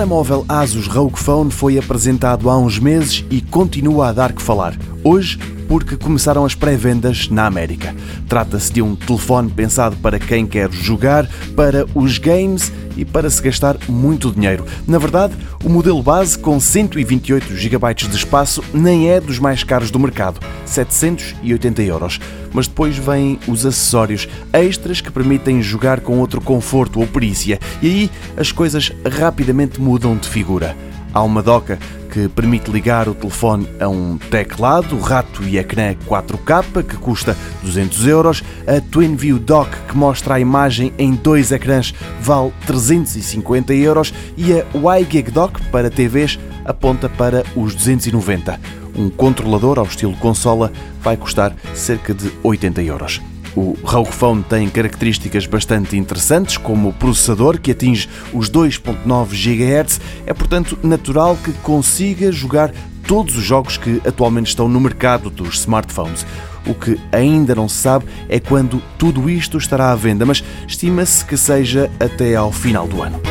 telemóvel Asus ROG Phone foi apresentado há uns meses e continua a dar que falar. Hoje, porque começaram as pré-vendas na América. Trata-se de um telefone pensado para quem quer jogar, para os games e para se gastar muito dinheiro. Na verdade, o modelo base com 128 GB de espaço nem é dos mais caros do mercado, 780€. Mas depois vêm os acessórios extras que permitem jogar com outro conforto ou perícia. E aí as coisas rapidamente mudam de figura. Há uma doca que permite ligar o telefone a um teclado, rato e ecrã 4K, que custa 200€. A TwinView Dock, que mostra a imagem em 2 ecrãs, vale 350€. E a WiGig Dock, para TVs, aponta para os 290€. Um controlador ao estilo consola vai custar cerca de 80€. O ROG Phone tem características bastante interessantes, como o processador, que atinge os 2.9 GHz. É, portanto, natural que consiga jogar todos os jogos que atualmente estão no mercado dos smartphones. O que ainda não se sabe é quando tudo isto estará à venda, mas estima-se que seja até ao final do ano.